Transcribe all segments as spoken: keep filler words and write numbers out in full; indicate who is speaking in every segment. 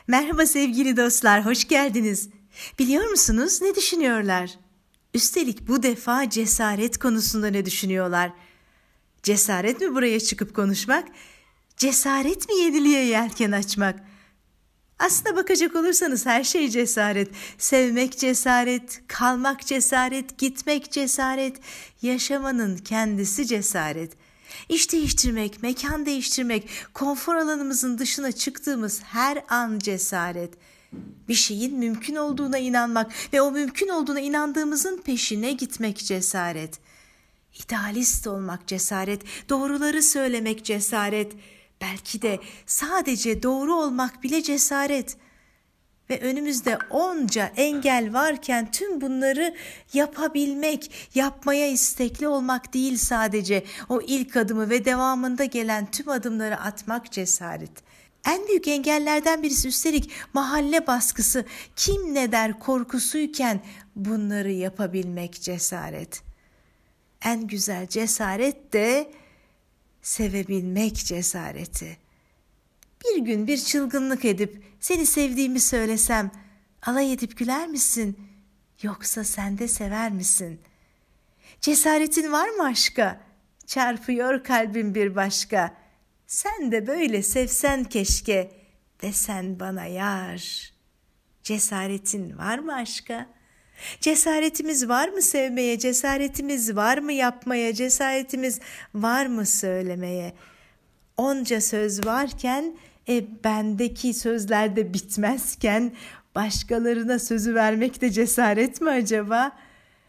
Speaker 1: Merhaba sevgili dostlar, hoş geldiniz. Biliyor musunuz ne düşünüyorlar? Üstelik bu defa cesaret konusunda ne düşünüyorlar? Cesaret mi buraya çıkıp konuşmak? Cesaret mi yeniliğe yelken açmak? Aslına bakacak olursanız her şey cesaret. Sevmek cesaret, kalmak cesaret, gitmek cesaret, yaşamanın kendisi cesaret. İş değiştirmek, mekan değiştirmek, konfor alanımızın dışına çıktığımız her an cesaret. Bir şeyin mümkün olduğuna inanmak ve o mümkün olduğuna inandığımızın peşine gitmek cesaret. İdealist olmak cesaret, doğruları söylemek cesaret. Belki de sadece doğru olmak bile cesaret. Ve önümüzde onca engel varken tüm bunları yapabilmek, yapmaya istekli olmak değil sadece. O ilk adımı ve devamında gelen tüm adımları atmak cesaret. En büyük engellerden birisi üstelik mahalle baskısı, kim ne der korkusuyken bunları yapabilmek cesaret. En güzel cesaret de sevebilmek cesareti. Bir gün bir çılgınlık edip seni sevdiğimi söylesem alay edip güler misin? Yoksa sen de sever misin? Cesaretin var mı aşka? Çarpıyor kalbim bir başka. Sen de böyle sevsen keşke desen bana yar. Cesaretin var mı aşka? Cesaretimiz var mı sevmeye? Cesaretimiz var mı yapmaya? Cesaretimiz var mı söylemeye? Onca söz varken, e, bendeki sözler de bitmezken başkalarına sözü vermek de cesaret mi acaba?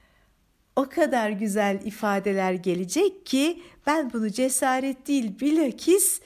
Speaker 1: O kadar güzel ifadeler gelecek ki ben bunu cesaret değil bilakis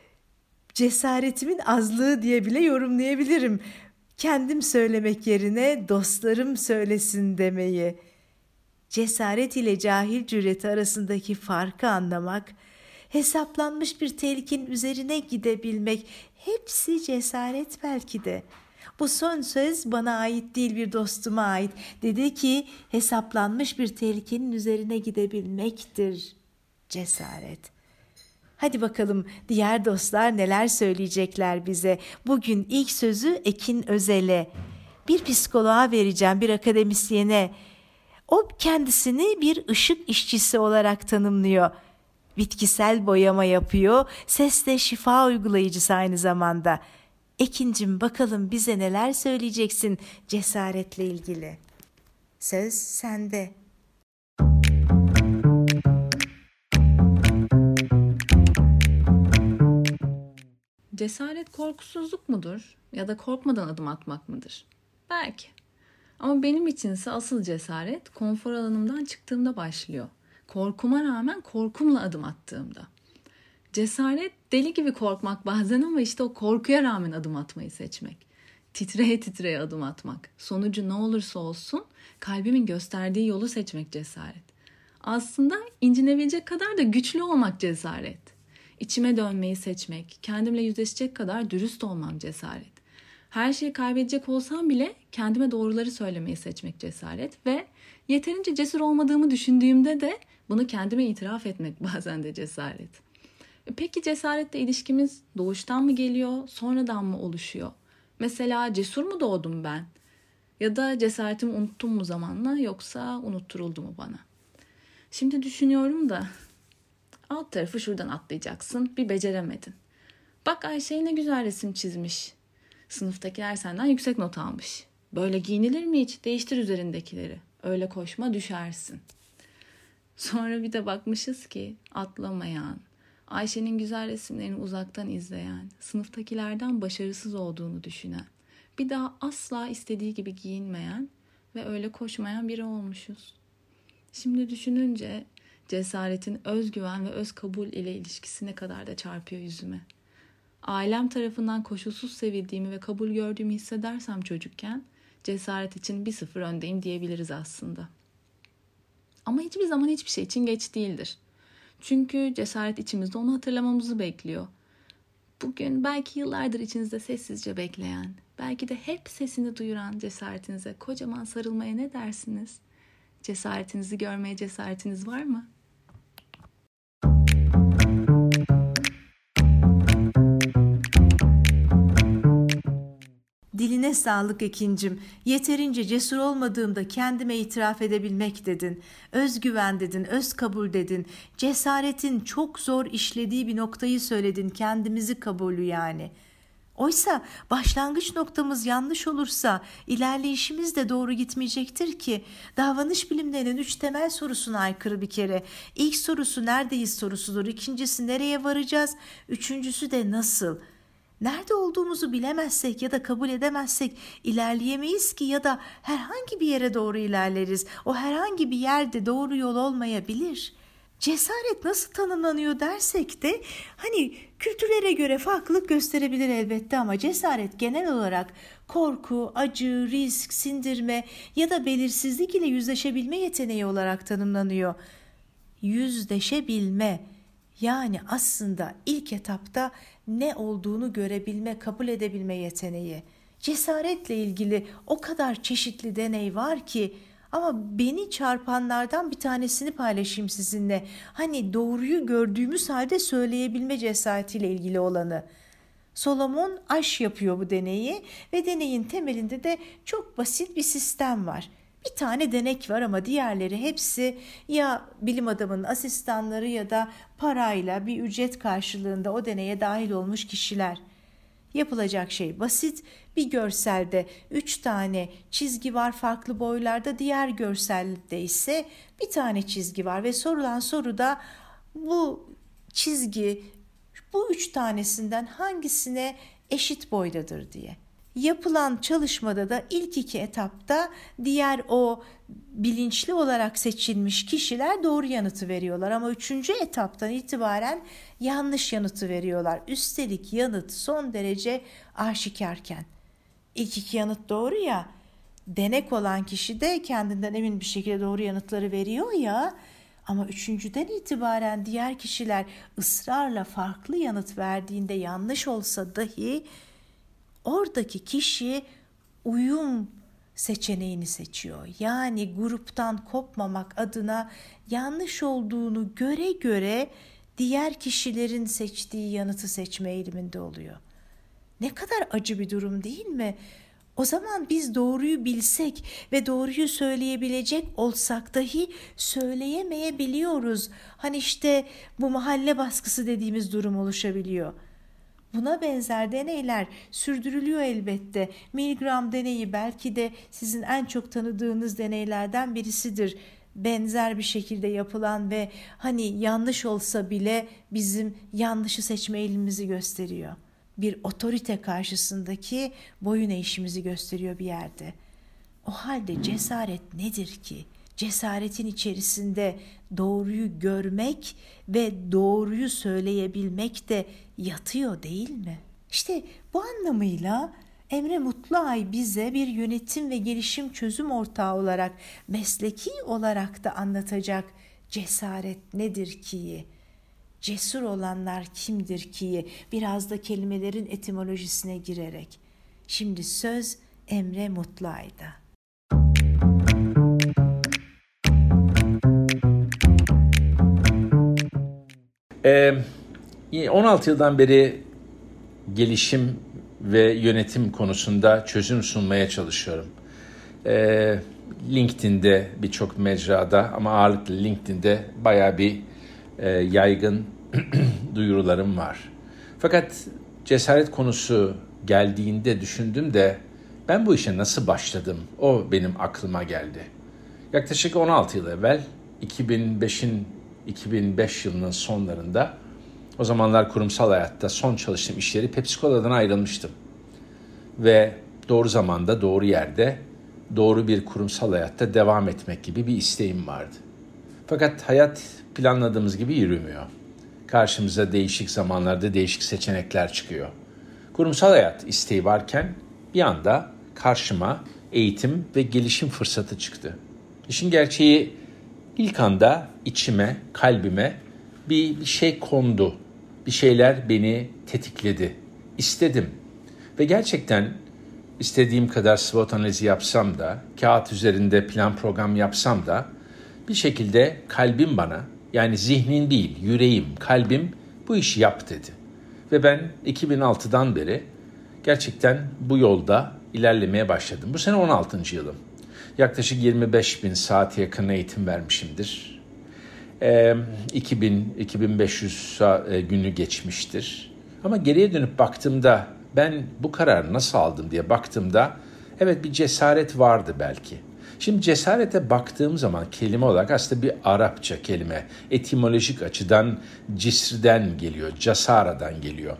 Speaker 1: cesaretimin azlığı diye bile yorumlayabilirim. Kendim söylemek yerine dostlarım söylesin demeyi. Cesaret ile cahil cüreti arasındaki farkı anlamak, hesaplanmış bir tehlikenin üzerine gidebilmek, hepsi cesaret belki de. Bu son söz bana ait değil, bir dostuma ait. Dedi ki hesaplanmış bir tehlikenin üzerine gidebilmektir cesaret. Hadi bakalım diğer dostlar neler söyleyecekler bize. Bugün ilk sözü Ekin Özel'e. Bir psikoloğa vereceğim, bir akademisyene. O kendisini bir ışık işçisi olarak tanımlıyor. Bitkisel boyama yapıyor, sesle şifa uygulayıcısı aynı zamanda. Ekincim bakalım bize neler söyleyeceksin cesaretle ilgili. Söz sende.
Speaker 2: Cesaret korkusuzluk mudur ya da korkmadan adım atmak mıdır? Belki. Ama benim içinse asıl cesaret konfor alanımdan çıktığımda başlıyor. Korkuma rağmen korkumla adım attığımda. Cesaret deli gibi korkmak bazen ama işte o korkuya rağmen adım atmayı seçmek. Titreye titreye adım atmak. Sonucu ne olursa olsun kalbimin gösterdiği yolu seçmek cesaret. Aslında incinebilecek kadar da güçlü olmak cesaret. İçime dönmeyi seçmek, kendimle yüzleşecek kadar dürüst olmam cesaret. Her şeyi kaybedecek olsam bile kendime doğruları söylemeyi seçmek cesaret ve yeterince cesur olmadığımı düşündüğümde de bunu kendime itiraf etmek bazen de cesaret. Peki cesaretle ilişkimiz doğuştan mı geliyor, sonradan mı oluşuyor? Mesela cesur mu doğdum ben? Ya da cesaretimi unuttum mu zamanla yoksa unutturuldu mu bana? Şimdi düşünüyorum da alt tarafı şuradan atlayacaksın, bir beceremedin. Bak Ayşe ne güzel resim çizmiş. Sınıftakiler senden yüksek not almış. Böyle giyinilir mi hiç? Değiştir üzerindekileri. Öyle koşma düşersin. Sonra bir de bakmışız ki atlamayan, Ayşe'nin güzel resimlerini uzaktan izleyen, sınıftakilerden başarısız olduğunu düşünen, bir daha asla istediği gibi giyinmeyen ve öyle koşmayan biri olmuşuz. Şimdi düşününce cesaretin özgüven ve öz kabul ile ilişkisi ne kadar da çarpıyor yüzüme. Ailem tarafından koşulsuz sevildiğimi ve kabul gördüğümü hissedersem çocukken cesaret için bir sıfır öndeyim diyebiliriz aslında. Ama hiçbir zaman hiçbir şey için geç değildir. Çünkü cesaret içimizde onu hatırlamamızı bekliyor. Bugün belki yıllardır içinizde sessizce bekleyen, belki de hep sesini duyuran cesaretinize kocaman sarılmaya ne dersiniz? Cesaretinizi görmeye cesaretiniz var mı?
Speaker 1: Eline sağlık Ekincim. Yeterince cesur olmadığımda kendime itiraf edebilmek dedin. Özgüven dedin, öz kabul dedin. Cesaretin çok zor işlediği bir noktayı söyledin. Kendimizi kabulü yani. Oysa başlangıç noktamız yanlış olursa ilerleyişimiz de doğru gitmeyecektir ki. Davranış bilimlerinin üç temel sorusuna aykırı bir kere. İlk sorusu neredeyiz sorusudur. İkincisi nereye varacağız? Üçüncüsü de nasıl? Nerede olduğumuzu bilemezsek ya da kabul edemezsek ilerleyemeyiz ki ya da herhangi bir yere doğru ilerleriz. O herhangi bir yerde doğru yol olmayabilir. Cesaret nasıl tanımlanıyor dersek de hani kültürlere göre farklılık gösterebilir elbette ama cesaret genel olarak korku, acı, risk, sindirme ya da belirsizlik ile yüzleşebilme yeteneği olarak tanımlanıyor. Yüzleşebilme, yani aslında ilk etapta ne olduğunu görebilme, kabul edebilme yeteneği. Cesaretle ilgili o kadar çeşitli deney var ki, ama beni çarpanlardan bir tanesini paylaşayım sizinle. Hani doğruyu gördüğümüz halde söyleyebilme cesaretiyle ilgili olanı. Solomon Asch yapıyor bu deneyi ve deneyin temelinde de çok basit bir sistem var. Bir tane denek var ama diğerleri hepsi ya bilim adamının asistanları ya da parayla bir ücret karşılığında o deneye dahil olmuş kişiler. Yapılacak şey basit. Bir görselde üç tane çizgi var farklı boylarda, diğer görselde ise bir tane çizgi var ve sorulan soruda bu çizgi bu üç tanesinden hangisine eşit boydadır diye. Yapılan çalışmada da ilk iki etapta diğer o bilinçli olarak seçilmiş kişiler doğru yanıtı veriyorlar ama üçüncü etaptan itibaren yanlış yanıtı veriyorlar. Üstelik yanıt son derece aşikarken. İlk iki yanıt doğru ya, denek olan kişi de kendinden emin bir şekilde doğru yanıtları veriyor ya, ama üçüncüden itibaren diğer kişiler ısrarla farklı yanıt verdiğinde yanlış olsa dahi oradaki kişi uyum seçeneğini seçiyor. Yani gruptan kopmamak adına yanlış olduğunu göre göre diğer kişilerin seçtiği yanıtı seçme eğiliminde oluyor. Ne kadar acı bir durum değil mi? O zaman biz doğruyu bilsek ve doğruyu söyleyebilecek olsak dahi söyleyemeyebiliyoruz. Hani işte bu mahalle baskısı dediğimiz durum oluşabiliyor. Buna benzer deneyler sürdürülüyor elbette. Milgram deneyi belki de sizin en çok tanıdığınız deneylerden birisidir. Benzer bir şekilde yapılan ve hani yanlış olsa bile bizim yanlışı seçme eğilimimizi gösteriyor. Bir otorite karşısındaki boyun eğişimizi gösteriyor bir yerde. O halde cesaret nedir ki? Cesaretin içerisinde doğruyu görmek ve doğruyu söyleyebilmek de yatıyor değil mi? İşte bu anlamıyla Emre Mutluay bize bir yönetim ve gelişim çözüm ortağı olarak, mesleki olarak da anlatacak cesaret nedir ki? Cesur olanlar kimdir ki? Biraz da kelimelerin etimolojisine girerek. Şimdi söz Emre Mutluay'da.
Speaker 3: Ee, on altı yıldan beri gelişim ve yönetim konusunda çözüm sunmaya çalışıyorum. Ee, LinkedIn'de birçok mecrada ama ağırlıklı LinkedIn'de bayağı bir e, yaygın duyurularım var. Fakat cesaret konusu geldiğinde düşündüm de ben bu işe nasıl başladım? O benim aklıma geldi. Yaklaşık on altı yıl evvel iki bin beşin iki bin beş yılının sonlarında, o zamanlar kurumsal hayatta son çalıştığım iş yeri Pepsi Cola'dan ayrılmıştım. Ve doğru zamanda, doğru yerde, doğru bir kurumsal hayatta devam etmek gibi bir isteğim vardı. Fakat hayat planladığımız gibi yürümüyor. Karşımıza değişik zamanlarda değişik seçenekler çıkıyor. Kurumsal hayat isteği varken bir anda karşıma eğitim ve gelişim fırsatı çıktı. İşin gerçeği, İlk anda içime, kalbime bir, bir şey kondu. Bir şeyler beni tetikledi. İstedim. Ve gerçekten istediğim kadar SWOT analizi yapsam da, kağıt üzerinde plan program yapsam da bir şekilde kalbim bana, yani zihnin değil, yüreğim, kalbim bu işi yap dedi. Ve ben iki bin altıdan beri gerçekten bu yolda ilerlemeye başladım. Bu sene on altıncı yılım. Yaklaşık yirmi beş bin saate yakın eğitim vermişimdir. E, iki bin iki bin beş yüz günü geçmiştir. Ama geriye dönüp baktığımda ben bu kararı nasıl aldım diye baktığımda evet bir cesaret vardı belki. Şimdi cesarete baktığım zaman kelime olarak aslında bir Arapça kelime. Etimolojik açıdan cisrden geliyor, casaradan geliyor.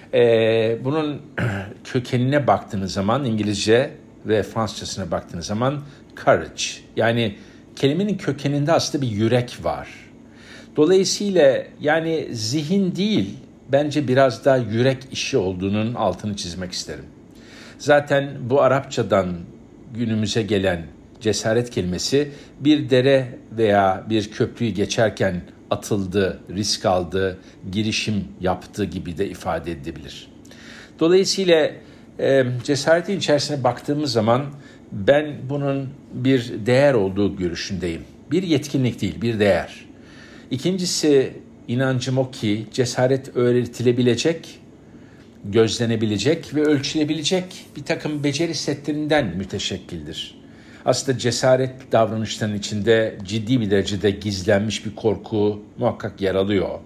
Speaker 3: Ee, bunun kökenine baktığınız zaman İngilizce ve Fransızcasına baktığınız zaman courage. Yani kelimenin kökeninde aslında bir yürek var. Dolayısıyla yani zihin değil, bence biraz daha yürek işi olduğunun altını çizmek isterim. Zaten bu Arapçadan günümüze gelen cesaret kelimesi bir dere veya bir köprüyü geçerken atıldı, risk aldı, girişim yaptı gibi de ifade edilebilir. Dolayısıyla e, cesaretin içerisine baktığımız zaman ben bunun bir değer olduğu görüşündeyim. Bir yetkinlik değil, bir değer. İkincisi inancım o ki cesaret öğretilebilecek, gözlenebilecek ve ölçülebilecek bir takım beceri setlerinden müteşekkildir. Aslında cesaret davranışlarının içinde ciddi bir derecede gizlenmiş bir korku muhakkak yer alıyor.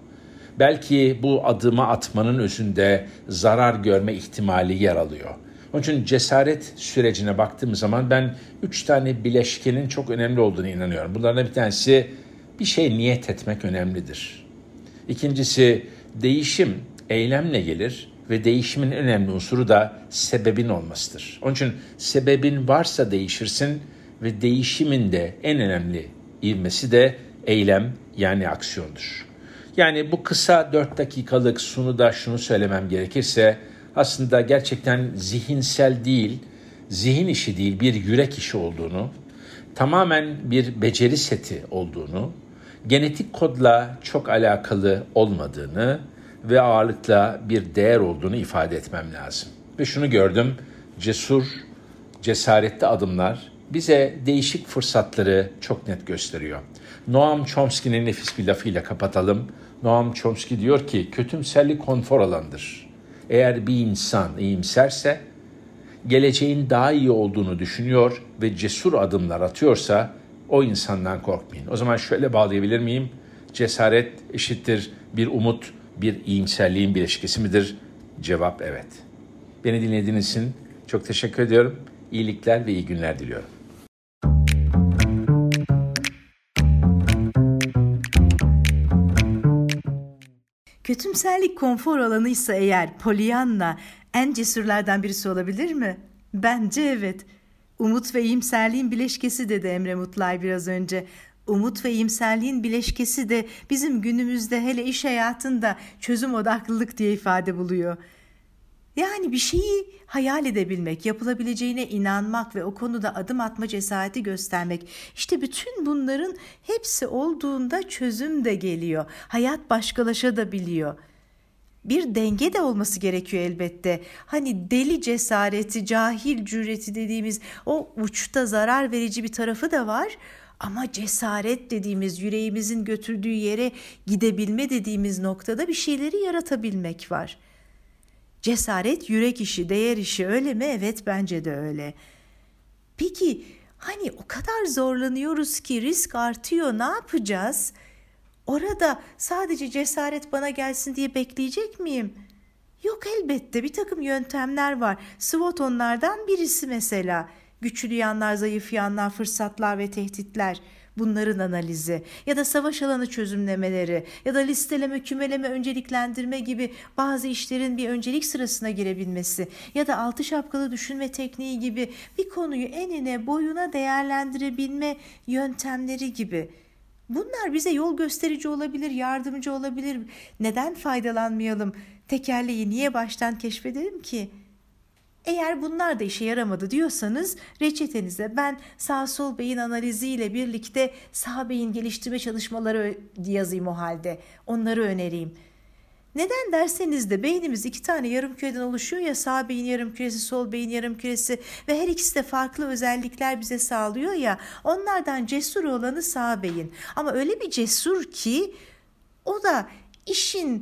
Speaker 3: Belki bu adımı atmanın özünde zarar görme ihtimali yer alıyor. Onun için cesaret sürecine baktığım zaman ben üç tane bileşkenin çok önemli olduğunu inanıyorum. Bunlardan bir tanesi bir şey niyet etmek önemlidir. İkincisi değişim eylemle gelir ve değişimin önemli unsuru da sebebin olmasıdır. Onun için sebebin varsa değişirsin ve değişimin de en önemli ivmesi de eylem yani aksiyondur. Yani bu kısa dört dakikalık sunuda şunu söylemem gerekirse aslında gerçekten zihinsel değil, zihin işi değil bir yürek işi olduğunu, tamamen bir beceri seti olduğunu, genetik kodla çok alakalı olmadığını ve ağırlıkla bir değer olduğunu ifade etmem lazım. Ve şunu gördüm, cesur, cesaretli adımlar bize değişik fırsatları çok net gösteriyor. Noam Chomsky'nin nefis bir lafıyla kapatalım. Noam Chomsky diyor ki, kötümserlik konfor alanıdır. Eğer bir insan iyimserse, geleceğin daha iyi olduğunu düşünüyor ve cesur adımlar atıyorsa, o insandan korkmayın. O zaman şöyle bağlayabilir miyim? Cesaret eşittir bir umut, bir iyimserliğin bileşkesi midir? Cevap evet. Beni dinlediğiniz için çok teşekkür ediyorum. İyilikler ve iyi günler diliyorum.
Speaker 1: Kötümserlik konfor alanıysa eğer Pollyanna en cesurlardan birisi olabilir mi? Bence evet. Umut ve iyimserliğin bileşkesi dedi Emre Mutlay biraz önce. Umut ve iyimserliğin bileşkesi de bizim günümüzde hele iş hayatında çözüm odaklılık diye ifade buluyor. Yani bir şeyi hayal edebilmek, yapılabileceğine inanmak ve o konuda adım atma cesareti göstermek. İşte bütün bunların hepsi olduğunda çözüm de geliyor. Hayat başkalaşabiliyor. Bir denge de olması gerekiyor elbette. Hani deli cesareti, cahil cüreti dediğimiz o uçta zarar verici bir tarafı da var. Ama cesaret dediğimiz yüreğimizin götürdüğü yere gidebilme dediğimiz noktada bir şeyleri yaratabilmek var. Cesaret yürek işi, değer işi öyle mi? Evet bence de öyle. Peki hani o kadar zorlanıyoruz ki risk artıyor, ne yapacağız? Orada sadece cesaret bana gelsin diye bekleyecek miyim? Yok elbette bir takım yöntemler var. SWOT onlardan birisi mesela. Güçlü yanlar, zayıf yanlar, fırsatlar ve tehditler. Bunların analizi ya da savaş alanı çözümlemeleri ya da listeleme, kümeleme, önceliklendirme gibi bazı işlerin bir öncelik sırasına girebilmesi ya da altı şapkalı düşünme tekniği gibi bir konuyu enine boyuna değerlendirebilme yöntemleri gibi. Bunlar bize yol gösterici olabilir, yardımcı olabilir. Neden faydalanmayalım? Tekerleği niye baştan keşfedelim ki? Eğer bunlar da işe yaramadı diyorsanız reçetenize ben sağ sol beyin analiziyle birlikte sağ beyin geliştirme çalışmaları yazayım o halde. Onları önereyim. Neden derseniz de beynimiz iki tane yarımküreden oluşuyor ya, sağ beyin yarımküresi, sol beyin yarımküresi ve her ikisi de farklı özellikler bize sağlıyor ya. Onlardan cesur olanı sağ beyin. Ama öyle bir cesur ki o da işin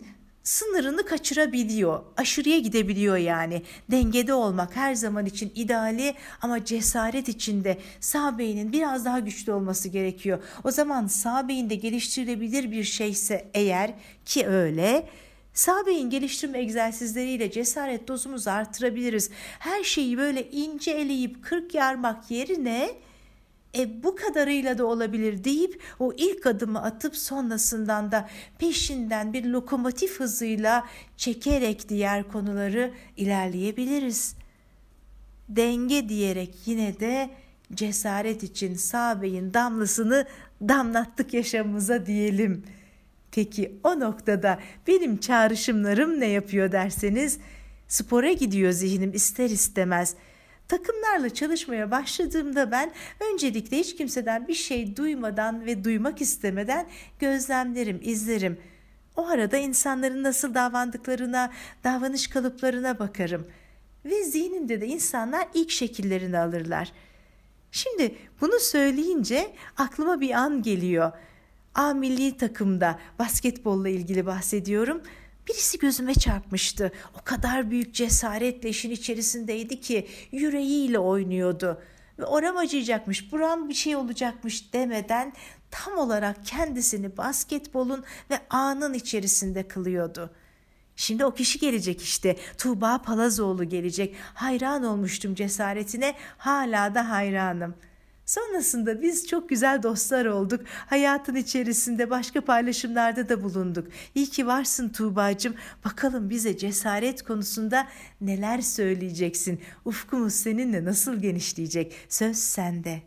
Speaker 1: sınırını kaçırabiliyor, aşırıya gidebiliyor yani. Dengede olmak her zaman için ideali ama cesaret içinde sağ beynin biraz daha güçlü olması gerekiyor. O zaman sağ beyinde geliştirilebilir bir şeyse eğer, ki öyle, sağ beyin geliştirme egzersizleriyle cesaret dozumuzu artırabiliriz. Her şeyi böyle ince eleyip kırk yarmak yerine E bu kadarıyla da olabilir deyip o ilk adımı atıp sonrasından da peşinden bir lokomotif hızıyla çekerek diğer konuları ilerleyebiliriz. Denge diyerek yine de cesaret için sağ beyin damlasını damlattık yaşamımıza diyelim. Peki o noktada benim çağrışımlarım ne yapıyor derseniz, spora gidiyor zihnim ister istemez. Takımlarla çalışmaya başladığımda ben öncelikle hiç kimseden bir şey duymadan ve duymak istemeden gözlemlerim, izlerim. O arada insanların nasıl davrandıklarına, davranış kalıplarına bakarım. Ve zihnimde de insanlar ilk şekillerini alırlar. Şimdi bunu söyleyince aklıma bir an geliyor. A milli takımda basketbolla ilgili bahsediyorum. Birisi gözüme çarpmıştı. O kadar büyük cesaretle işin içerisindeydi ki yüreğiyle oynuyordu. Ve oram acıyacakmış, buram bir şey olacakmış demeden tam olarak kendisini basketbolun ve anın içerisinde kılıyordu. Şimdi o kişi gelecek işte. Tuğba Palazoğlu gelecek. Hayran olmuştum cesaretine. Hala da hayranım. Sonrasında biz çok güzel dostlar olduk. Hayatın içerisinde başka paylaşımlarda da bulunduk. İyi ki varsın Tuğbacığım. Bakalım bize cesaret konusunda neler söyleyeceksin? Ufkumuz seninle nasıl genişleyecek? Söz sende.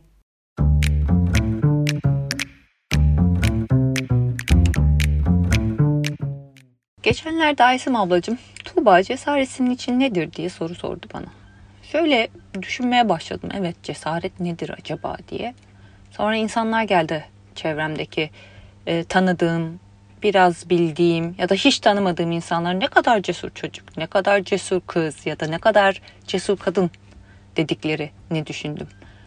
Speaker 4: Geçenlerde Aysem ablacığım, Tuğba cesaret senin için nedir diye soru sordu bana. Şöyle düşünmeye başladım. Evet, cesaret nedir acaba diye. Sonra insanlar geldi çevremdeki e, tanıdığım, biraz bildiğim ya da hiç tanımadığım insanlar ne kadar cesur çocuk, ne kadar cesur kız ya da ne kadar cesur kadın dediklerini düşündüm.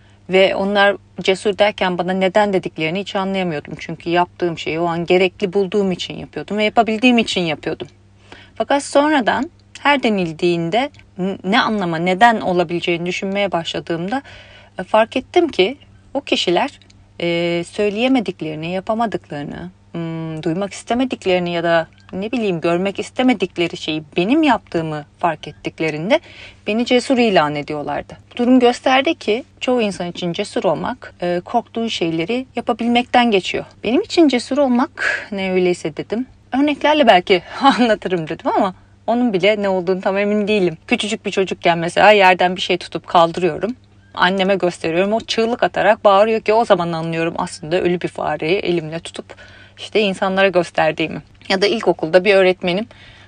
Speaker 4: Ve onlar cesur derken bana neden dediklerini hiç anlayamıyordum. Çünkü yaptığım şeyi o an gerekli bulduğum için yapıyordum ve yapabildiğim için yapıyordum. Fakat sonradan her denildiğinde ne anlama, neden olabileceğini düşünmeye başladığımda fark ettim ki o kişiler e, söyleyemediklerini, yapamadıklarını, hmm, duymak istemediklerini ya da ne bileyim görmek istemedikleri şeyi benim yaptığımı fark ettiklerinde beni cesur ilan ediyorlardı. Bu durum gösterdi ki çoğu insan için cesur olmak e, korktuğu şeyleri yapabilmekten geçiyor. Benim için cesur olmak ne öyleyse dedim. Örneklerle belki anlatırım dedim ama onun bile ne olduğunu tam emin değilim. Küçücük bir çocukken mesela yerden bir şey tutup kaldırıyorum. Anneme gösteriyorum. O çığlık atarak bağırıyor ki o zaman anlıyorum aslında ölü bir fareyi elimle tutup işte insanlara gösterdiğimi. Ya da ilkokulda bir öğretmenim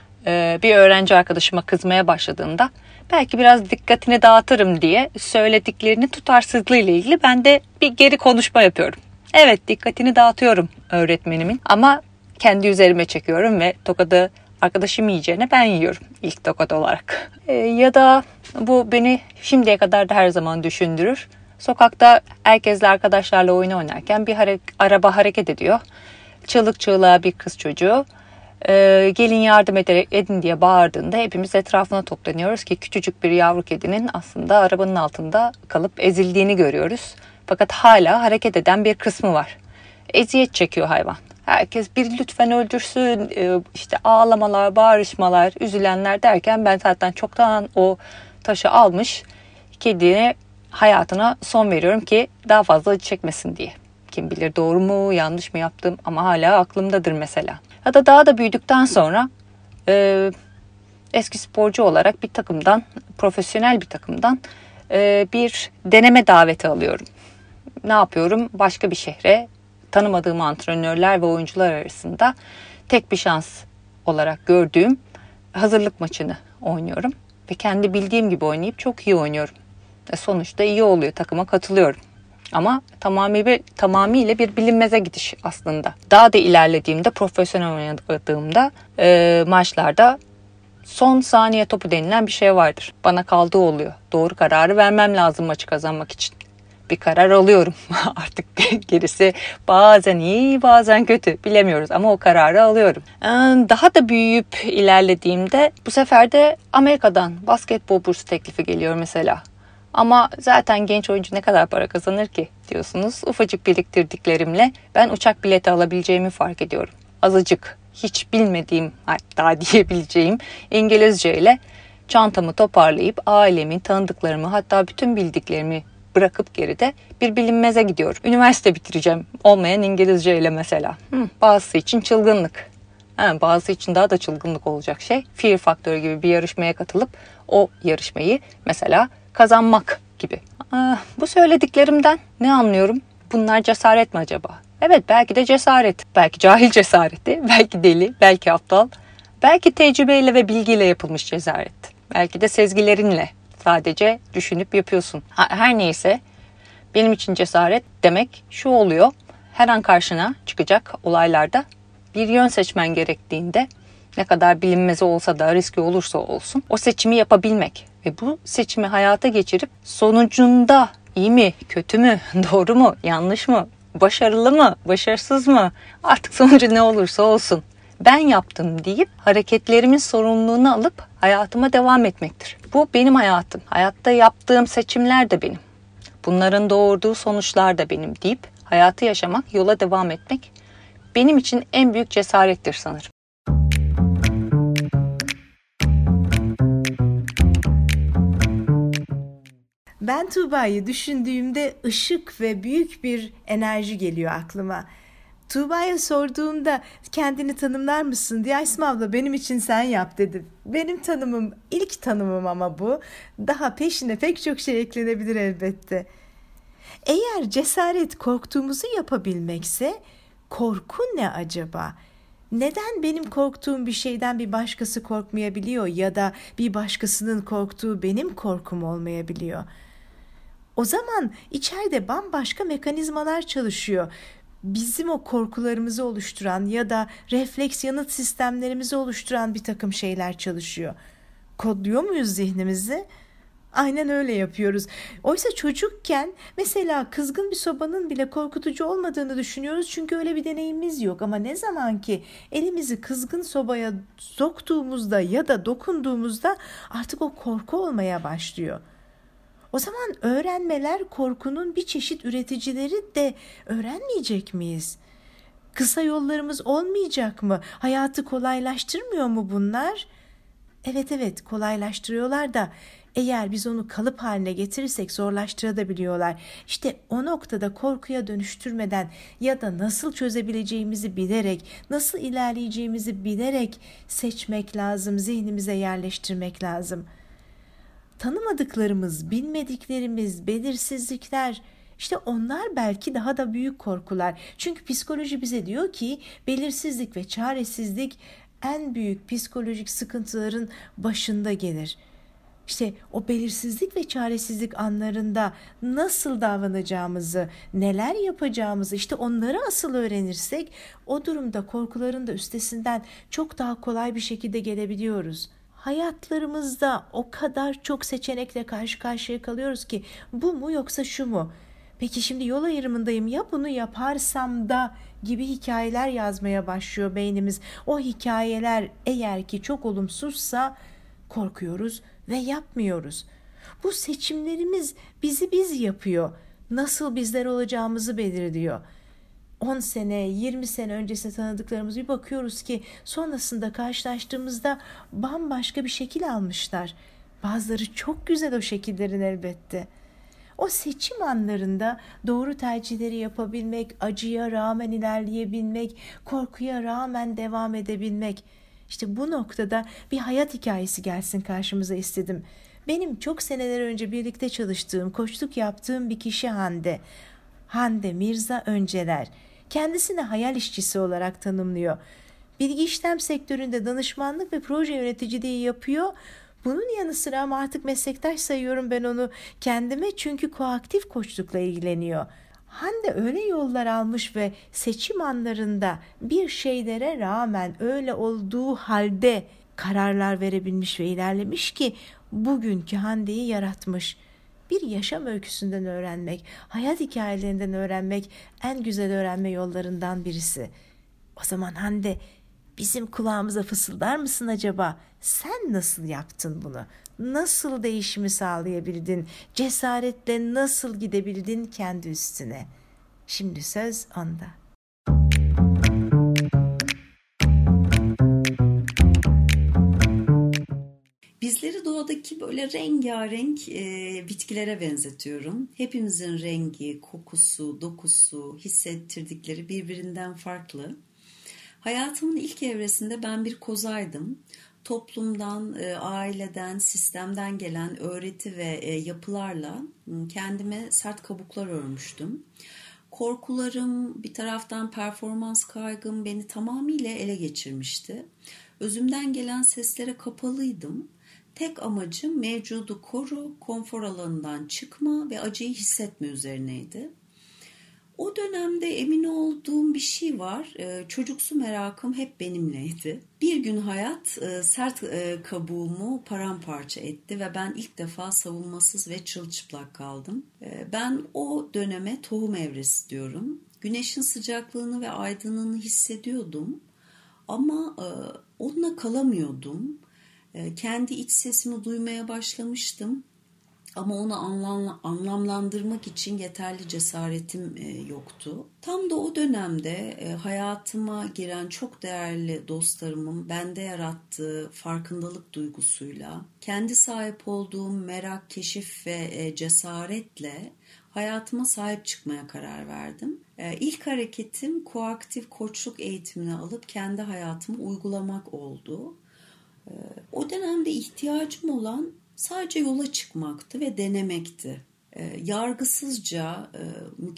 Speaker 4: bir öğrenci arkadaşıma kızmaya başladığında belki biraz dikkatini dağıtırım diye söylediklerini tutarsızlığıyla ilgili ben de bir geri konuşma yapıyorum. Evet, dikkatini dağıtıyorum öğretmenimin ama kendi üzerime çekiyorum ve tokadı arkadaşım yiyeceğine ben yiyorum ilk tokat olarak. E, ya da bu beni şimdiye kadar da her zaman düşündürür. Sokakta herkesle arkadaşlarla oyun oynarken bir hare- araba hareket ediyor. Çığlık çığlığa bir kız çocuğu e, gelin yardım ederek edin diye bağırdığında hepimiz etrafına toplanıyoruz ki küçücük bir yavru kedinin aslında arabanın altında kalıp ezildiğini görüyoruz. Fakat hala hareket eden bir kısmı var. Eziyet çekiyor hayvan. Herkes bir lütfen öldürsün, işte ağlamalar, bağırışmalar, üzülenler derken ben zaten çoktan o taşı almış kediye hayatına son veriyorum ki daha fazla acı çekmesin diye. Kim bilir doğru mu, yanlış mı yaptım ama hala aklımdadır mesela. Ya da daha da büyüdükten sonra e, eski sporcu olarak bir takımdan, profesyonel bir takımdan e, bir deneme daveti alıyorum. Ne yapıyorum? Başka bir şehre, tanımadığım antrenörler ve oyuncular arasında tek bir şans olarak gördüğüm hazırlık maçını oynuyorum. Ve kendi bildiğim gibi oynayıp çok iyi oynuyorum. E sonuçta iyi oluyor, takıma katılıyorum. Ama tamamıyla, tamamıyla bir bilinmeze gidiş aslında. Daha da ilerlediğimde, profesyonel oynadığımda e, maçlarda son saniye topu denilen bir şey vardır. Bana kaldığı oluyor. Doğru kararı vermem lazım maçı kazanmak için. bir karar alıyorum. Artık gerisi bazen iyi bazen kötü bilemiyoruz ama o kararı alıyorum. Daha da büyüyüp ilerlediğimde bu sefer de Amerika'dan basketbol bursu teklifi geliyor mesela. Ama zaten genç oyuncu ne kadar para kazanır ki diyorsunuz. Ufacık biriktirdiklerimle ben uçak bileti alabileceğimi fark ediyorum. Azıcık hiç bilmediğim hatta diyebileceğim İngilizce ile çantamı toparlayıp ailemi, tanıdıklarımı hatta bütün bildiklerimi bırakıp geride bir bilinmeze gidiyorum. Üniversite bitireceğim olmayan İngilizce ile mesela. Hı, bazısı için çılgınlık. Ha, bazısı için daha da çılgınlık olacak şey Fear Factor gibi bir yarışmaya katılıp o yarışmayı mesela kazanmak gibi. Aa, bu söylediklerimden ne anlıyorum? Bunlar cesaret mi acaba? Evet, belki de cesaret. Belki cahil cesareti, belki deli, belki aptal. Belki tecrübeyle ve bilgiyle yapılmış cesaret. Belki de sezgilerinle sadece düşünüp yapıyorsun. Her neyse benim için cesaret demek şu oluyor. Her an karşına çıkacak olaylarda bir yön seçmen gerektiğinde ne kadar bilinmezi olsa da riski olursa olsun o seçimi yapabilmek ve bu seçimi hayata geçirip sonucunda iyi mi, kötü mü, doğru mu, yanlış mı, başarılı mı, başarısız mı artık sonucu ne olursa olsun ben yaptım deyip hareketlerimin sorumluluğunu alıp hayatıma devam etmektir. Bu benim hayatım. Hayatta yaptığım seçimler de benim. Bunların doğurduğu sonuçlar da benim deyip hayatı yaşamak, yola devam etmek benim için en büyük cesarettir sanırım.
Speaker 1: Ben Tuğba'yı düşündüğümde ışık ve büyük bir enerji geliyor aklıma. Tuğba'ya sorduğumda kendini tanımlar mısın diye Aysma abla benim için sen yap dedi. Benim tanımım, ilk tanımım ama bu. Daha peşine pek çok şey eklenebilir elbette. Eğer cesaret korktuğumuzu yapabilmekse korku ne acaba? Neden benim korktuğum bir şeyden bir başkası korkmayabiliyor ya da bir başkasının korktuğu benim korkum olmayabiliyor? O zaman içeride bambaşka mekanizmalar çalışıyor. Bizim o korkularımızı oluşturan ya da refleks yanıt sistemlerimizi oluşturan bir takım şeyler çalışıyor. Kodluyor muyuz zihnimizi? Aynen öyle yapıyoruz. Oysa çocukken mesela kızgın bir sobanın bile korkutucu olmadığını düşünüyoruz çünkü öyle bir deneyimimiz yok. Ama ne zaman ki elimizi kızgın sobaya soktuğumuzda ya da dokunduğumuzda artık o korku olmaya başlıyor. O zaman öğrenmeler korkunun bir çeşit üreticileri de öğrenmeyecek miyiz? Kısa yollarımız olmayacak mı? Hayatı kolaylaştırmıyor mu bunlar? Evet evet kolaylaştırıyorlar da eğer biz onu kalıp haline getirirsek zorlaştırabiliyorlar. İşte o noktada korkuya dönüştürmeden ya da nasıl çözebileceğimizi bilerek, nasıl ilerleyeceğimizi bilerek seçmek lazım, zihnimize yerleştirmek lazım. Tanımadıklarımız, bilmediklerimiz, belirsizlikler, işte onlar belki daha da büyük korkular. Çünkü psikoloji bize diyor ki belirsizlik ve çaresizlik en büyük psikolojik sıkıntıların başında gelir. İşte o belirsizlik ve çaresizlik anlarında nasıl davranacağımızı, neler yapacağımızı, işte onları asıl öğrenirsek o durumda korkuların da üstesinden çok daha kolay bir şekilde gelebiliyoruz. Hayatlarımızda o kadar çok seçenekle karşı karşıya kalıyoruz ki bu mu yoksa şu mu? Peki şimdi yol ayrımındayım ya bunu yaparsam da gibi hikayeler yazmaya başlıyor beynimiz. O hikayeler eğer ki çok olumsuzsa korkuyoruz ve yapmıyoruz. Bu seçimlerimiz bizi biz yapıyor. Nasıl bizler olacağımızı belirliyor. on sene, yirmi sene öncesine tanıdıklarımız bir bakıyoruz ki sonrasında karşılaştığımızda bambaşka bir şekil almışlar. Bazıları çok güzel o şekillerin elbette. O seçim anlarında doğru tercihleri yapabilmek, acıya rağmen ilerleyebilmek, korkuya rağmen devam edebilmek. İşte bu noktada bir hayat hikayesi gelsin karşımıza istedim. Benim çok seneler önce birlikte çalıştığım, koçluk yaptığım bir kişi Hande. Hande Mirza Önceler. Kendisini hayal işçisi olarak tanımlıyor. Bilgi işlem sektöründe danışmanlık ve proje yöneticiliği yapıyor. Bunun yanı sıra ama artık meslektaş sayıyorum ben onu kendime çünkü koaktif koçlukla ilgileniyor. Hande öyle yollar almış ve seçim anlarında bir şeylere rağmen öyle olduğu halde kararlar verebilmiş ve ilerlemiş ki bugünkü Hande'yi yaratmış. Bir yaşam öyküsünden öğrenmek, hayat hikayelerinden öğrenmek en güzel öğrenme yollarından birisi. O zaman Hande, bizim kulağımıza fısıldar mısın acaba? Sen nasıl yaptın bunu? Nasıl değişimi sağlayabildin? Cesaretle nasıl gidebildin kendi üstüne? Şimdi söz onda.
Speaker 5: Bizleri doğadaki böyle rengarenk e, bitkilere benzetiyorum. Hepimizin rengi, kokusu, dokusu, hissettirdikleri birbirinden farklı. Hayatımın ilk evresinde ben bir kozaydım. Toplumdan, e, aileden, sistemden gelen öğreti ve e, yapılarla kendime sert kabuklar örmüştüm. Korkularım, bir taraftan performans kaygım beni tamamıyla ele geçirmişti. Özümden gelen seslere kapalıydım. Tek amacım mevcudu koru, konfor alanından çıkma ve acıyı hissetme üzerineydi. O dönemde emin olduğum bir şey var. Çocuksu merakım hep benimleydi. Bir gün hayat sert kabuğumu paramparça etti ve ben ilk defa savunmasız ve çırılçıplak kaldım. Ben o döneme tohum evresi diyorum. Güneşin sıcaklığını ve aydınlığını hissediyordum ama onunla kalamıyordum. Kendi iç sesimi duymaya başlamıştım. Ama onu anlam, anlamlandırmak için yeterli cesaretim e, yoktu. Tam da o dönemde e, hayatıma giren çok değerli dostlarımın bende yarattığı farkındalık duygusuyla, kendi sahip olduğum merak, keşif ve e, cesaretle hayatıma sahip çıkmaya karar verdim. E, ilk hareketim koaktif koçluk eğitimini alıp kendi hayatıma uygulamak oldu. E, o dönemde ihtiyacım olan sadece yola çıkmaktı ve denemekti. E, yargısızca, e,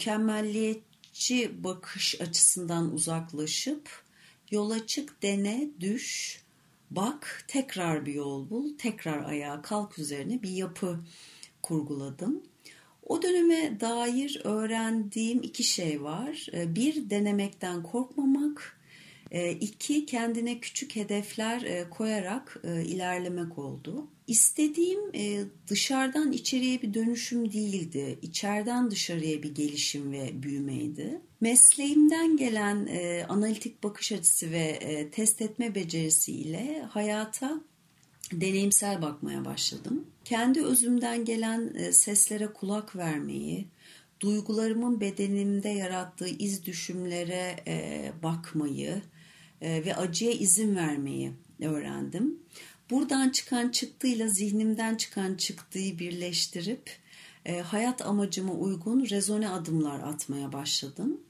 Speaker 5: mükemmelliyetçi bakış açısından uzaklaşıp yola çık, dene, düş, bak, tekrar bir yol bul, tekrar ayağa kalk üzerine bir yapı kurguladım. O döneme dair öğrendiğim iki şey var. E, bir, denemekten korkmamak. E, iki, kendine küçük hedefler e, koyarak e, ilerlemek oldu. İstediğim e, dışarıdan içeriye bir dönüşüm değildi. İçeriden dışarıya bir gelişim ve büyümeydi. Mesleğimden gelen e, analitik bakış açısı ve e, test etme becerisiyle hayata deneyimsel bakmaya başladım. Kendi özümden gelen e, seslere kulak vermeyi, duygularımın bedenimde yarattığı iz düşümlere e, bakmayı e, ve acıya izin vermeyi öğrendim. Buradan çıkan çıktıyla zihnimden çıkan çıktıyı birleştirip e, hayat amacıma uygun rezone adımlar atmaya başladım.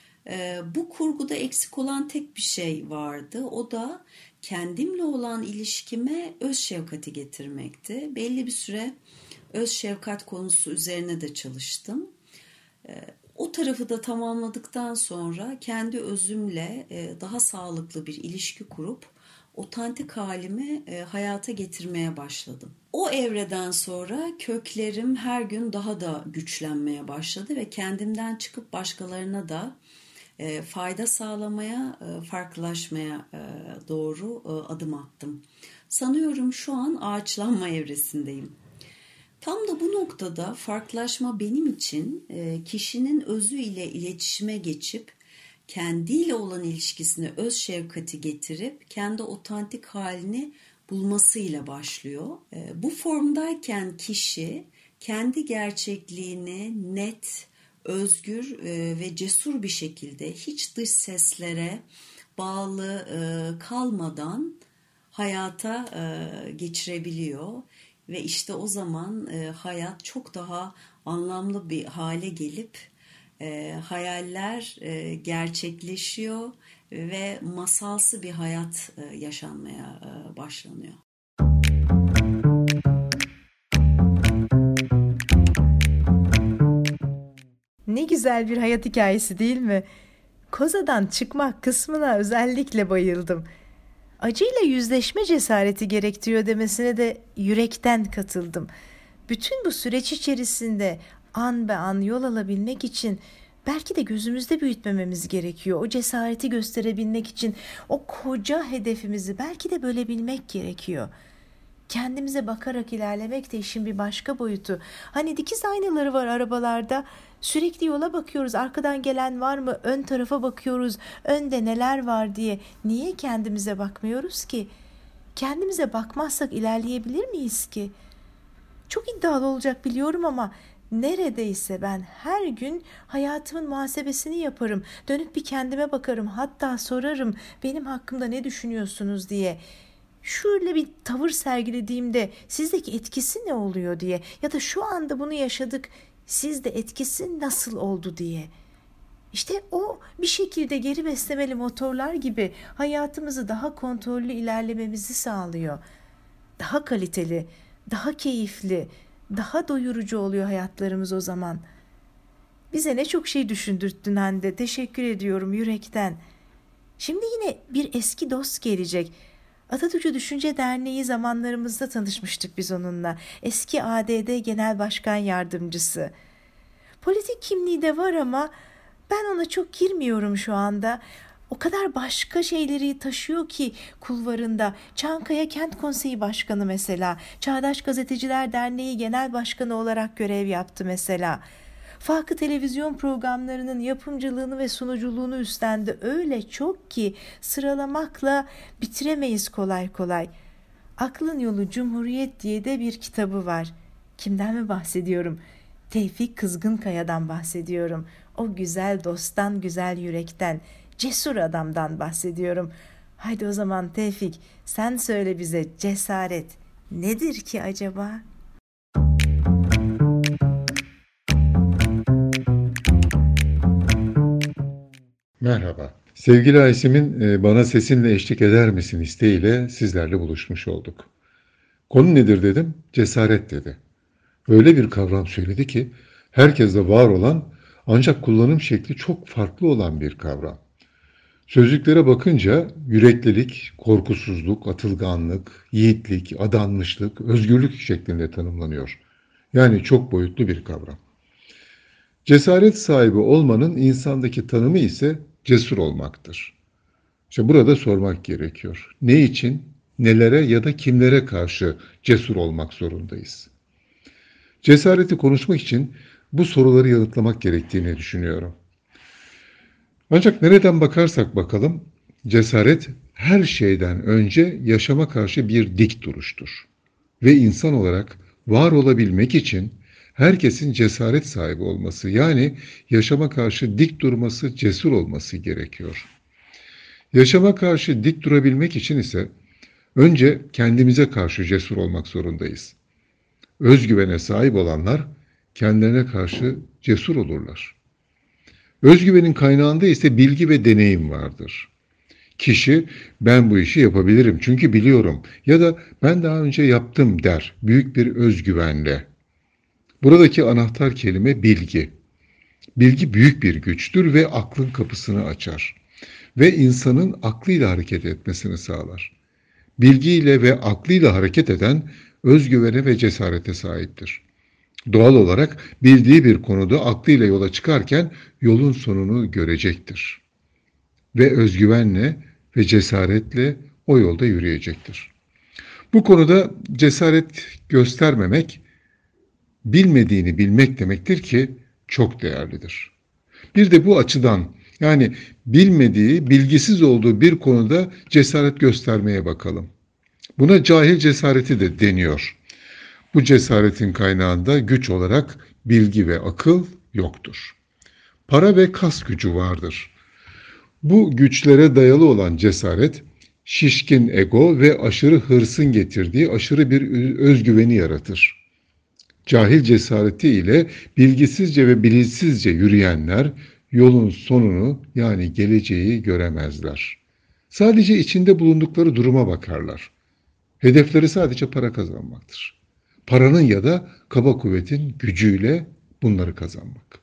Speaker 5: E, bu kurguda eksik olan tek bir şey vardı. O da kendimle olan ilişkime öz şefkati getirmekti. Belli bir süre öz şefkat konusu üzerine de çalıştım. E, o tarafı da tamamladıktan sonra kendi özümle e, daha sağlıklı bir ilişki kurup otantik halimi e, hayata getirmeye başladım. O evreden sonra köklerim her gün daha da güçlenmeye başladı ve kendimden çıkıp başkalarına da e, fayda sağlamaya, e, farklılaşmaya e, doğru e, adım attım. Sanıyorum şu an ağaçlanma evresindeyim. Tam da bu noktada farklılaşma benim için e, kişinin özü ile iletişime geçip kendiyle olan ilişkisine öz şefkati getirip kendi otantik halini bulmasıyla başlıyor. Bu formdayken kişi kendi gerçekliğini net, özgür ve cesur bir şekilde hiç dış seslere bağlı kalmadan hayata geçirebiliyor. Ve işte o zaman hayat çok daha anlamlı bir hale gelip E, hayaller e, gerçekleşiyor ve masalsı bir hayat e, yaşanmaya e, başlanıyor.
Speaker 1: Ne güzel bir hayat hikayesi değil mi? Kozadan çıkmak kısmına özellikle bayıldım. Acıyla yüzleşme cesareti gerektiriyor demesine de yürekten katıldım. Bütün bu süreç içerisinde an be an yol alabilmek için belki de gözümüzde büyütmememiz gerekiyor. O cesareti gösterebilmek için o koca hedefimizi belki de bölebilmek gerekiyor. Kendimize bakarak ilerlemek de işin bir başka boyutu. Hani dikiz aynaları var arabalarda. Sürekli yola bakıyoruz. Arkadan gelen var mı? Ön tarafa bakıyoruz. Önde neler var diye. Niye kendimize bakmıyoruz ki? Kendimize bakmazsak ilerleyebilir miyiz ki? Çok iddialı olacak biliyorum ama neredeyse ben her gün hayatımın muhasebesini yaparım. Dönüp bir kendime bakarım. Hatta sorarım benim hakkımda ne düşünüyorsunuz diye. Şöyle bir tavır sergilediğimde sizdeki etkisi ne oluyor diye ya da şu anda bunu yaşadık sizde etkisi nasıl oldu diye. İşte o bir şekilde geri beslemeli motorlar gibi hayatımızı daha kontrollü ilerlememizi sağlıyor. Daha kaliteli, daha keyifli, daha doyurucu oluyor hayatlarımız o zaman. Bize ne çok şey düşündürttün Hande. Teşekkür ediyorum yürekten. Şimdi yine bir eski dost gelecek. Atatürkçü Düşünce Derneği zamanlarımızda tanışmıştık biz onunla. Eski A D D Genel Başkan Yardımcısı. Politik kimliği de var ama ben ona çok girmiyorum şu anda. O kadar başka şeyleri taşıyor ki kulvarında. Çankaya Kent Konseyi Başkanı mesela. Çağdaş Gazeteciler Derneği Genel Başkanı olarak görev yaptı mesela. Farklı televizyon programlarının yapımcılığını ve sunuculuğunu üstlendi. Öyle çok ki sıralamakla bitiremeyiz kolay kolay. Aklın Yolu Cumhuriyet diye de bir kitabı var. Kimden mi bahsediyorum? Tevfik Kızgınkaya'dan bahsediyorum. O güzel dosttan, güzel yürekten, cesur adamdan bahsediyorum. Haydi o zaman Tevfik, sen söyle bize cesaret nedir ki acaba?
Speaker 6: Merhaba. Sevgili Aysim'in bana sesinle eşlik eder misin isteğiyle sizlerle buluşmuş olduk. Konu nedir dedim, cesaret dedi. Öyle bir kavram söyledi ki herkeste var olan ancak kullanım şekli çok farklı olan bir kavram. Sözlüklere bakınca yüreklilik, korkusuzluk, atılganlık, yiğitlik, adanmışlık, özgürlük şeklinde tanımlanıyor. Yani çok boyutlu bir kavram. Cesaret sahibi olmanın insandaki tanımı ise cesur olmaktır. İşte burada sormak gerekiyor. Ne için, nelere ya da kimlere karşı cesur olmak zorundayız? Cesareti konuşmak için bu soruları yanıtlamak gerektiğini düşünüyorum. Ancak nereden bakarsak bakalım, cesaret her şeyden önce yaşama karşı bir dik duruştur. Ve insan olarak var olabilmek için herkesin cesaret sahibi olması, yani yaşama karşı dik durması, cesur olması gerekiyor. Yaşama karşı dik durabilmek için ise önce kendimize karşı cesur olmak zorundayız. Özgüvene sahip olanlar kendilerine karşı cesur olurlar. Özgüvenin kaynağında ise bilgi ve deneyim vardır. Kişi ben bu işi yapabilirim çünkü biliyorum ya da ben daha önce yaptım der büyük bir özgüvenle. Buradaki anahtar kelime bilgi. Bilgi büyük bir güçtür ve aklın kapısını açar ve insanın aklıyla hareket etmesini sağlar. Bilgiyle ve aklıyla hareket eden özgüvene ve cesarete sahiptir. Doğal olarak bildiği bir konuda aklıyla yola çıkarken yolun sonunu görecektir. Ve özgüvenle ve cesaretle o yolda yürüyecektir. Bu konuda cesaret göstermemek, bilmediğini bilmek demektir ki çok değerlidir. Bir de bu açıdan, yani bilmediği, bilgisiz olduğu bir konuda cesaret göstermeye bakalım. Buna cahil cesareti de deniyor. Bu cesaretin kaynağında güç olarak bilgi ve akıl yoktur. Para ve kas gücü vardır. Bu güçlere dayalı olan cesaret, şişkin ego ve aşırı hırsın getirdiği aşırı bir özgüveni yaratır. Cahil cesareti ile bilgisizce ve bilinçsizce yürüyenler yolun sonunu, yani geleceği göremezler. Sadece içinde bulundukları duruma bakarlar. Hedefleri sadece para kazanmaktır. Paranın ya da kaba kuvvetin gücüyle bunları kazanmak.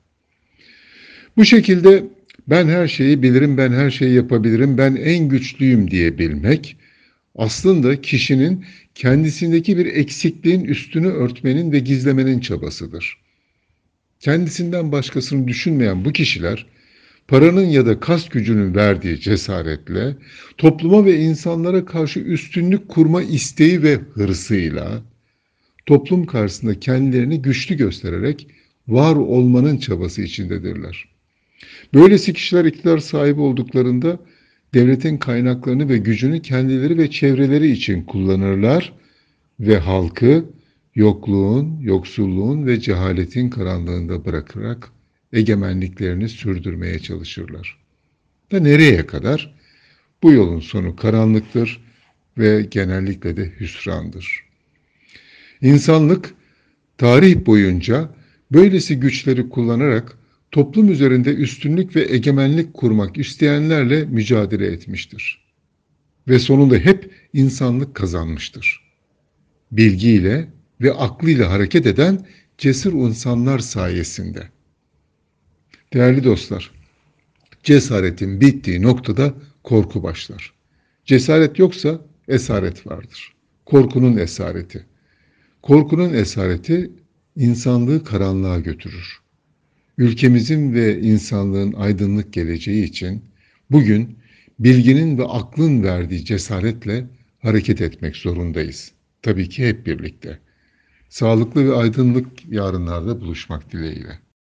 Speaker 6: Bu şekilde ben her şeyi bilirim, ben her şeyi yapabilirim, ben en güçlüyüm diye bilmek, aslında kişinin kendisindeki bir eksikliğin üstünü örtmenin ve gizlemenin çabasıdır. Kendisinden başkasını düşünmeyen bu kişiler, paranın ya da kas gücünün verdiği cesaretle, topluma ve insanlara karşı üstünlük kurma isteği ve hırsıyla, toplum karşısında kendilerini güçlü göstererek var olmanın çabası içindedirler. Böylesi kişiler iktidar sahibi olduklarında devletin kaynaklarını ve gücünü kendileri ve çevreleri için kullanırlar ve halkı yokluğun, yoksulluğun ve cehaletin karanlığında bırakarak egemenliklerini sürdürmeye çalışırlar. Da nereye kadar? Bu yolun sonu karanlıktır ve genellikle de hüsrandır. İnsanlık tarih boyunca böylesi güçleri kullanarak toplum üzerinde üstünlük ve egemenlik kurmak isteyenlerle mücadele etmiştir. Ve sonunda hep insanlık kazanmıştır. Bilgiyle ve aklıyla hareket eden cesur insanlar sayesinde. Değerli dostlar, cesaretin bittiği noktada korku başlar. Cesaret yoksa esaret vardır. Korkunun esareti. Korkunun esareti insanlığı karanlığa götürür. Ülkemizin ve insanlığın aydınlık geleceği için bugün bilginin ve aklın verdiği cesaretle hareket etmek zorundayız. Tabii ki hep birlikte. Sağlıklı ve aydınlık yarınlarda buluşmak dileğiyle.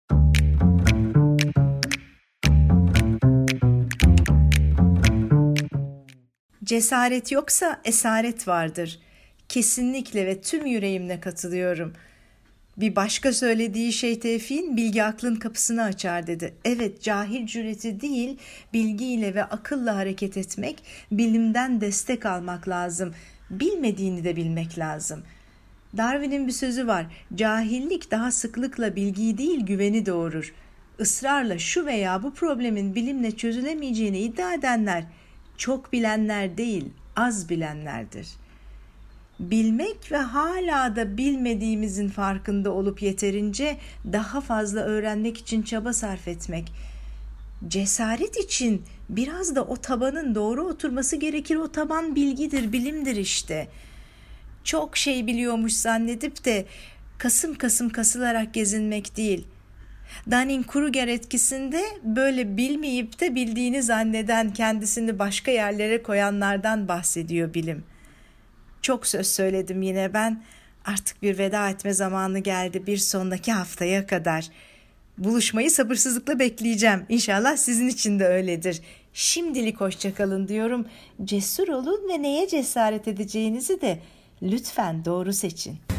Speaker 1: Cesaret yoksa esaret vardır. Kesinlikle ve tüm yüreğimle katılıyorum. Bir başka söylediği şey Tevfik'in bilgi aklın kapısını açar dedi. Evet, cahil cüreti değil, bilgiyle ve akılla hareket etmek, bilimden destek almak lazım. Bilmediğini de bilmek lazım. Darwin'in bir sözü var. Cahillik daha sıklıkla bilgiyi değil güveni doğurur. Israrla şu veya bu problemin bilimle çözülemeyeceğini iddia edenler çok bilenler değil, az bilenlerdir. Bilmek ve hala da bilmediğimizin farkında olup yeterince daha fazla öğrenmek için çaba sarf etmek. Cesaret için biraz da o tabanın doğru oturması gerekir. O taban bilgidir, bilimdir işte. Çok şey biliyormuş zannedip de kasım kasım kasılarak gezinmek değil. Dunning-Kruger etkisinde böyle bilmeyip de bildiğini zanneden, kendisini başka yerlere koyanlardan bahsediyor bilim. Çok söz söyledim yine ben. Artık bir veda etme zamanı geldi bir sonraki haftaya kadar. Buluşmayı sabırsızlıkla bekleyeceğim. İnşallah sizin için de öyledir. Şimdilik hoşça kalın diyorum. Cesur olun ve neye cesaret edeceğinizi de lütfen doğru seçin.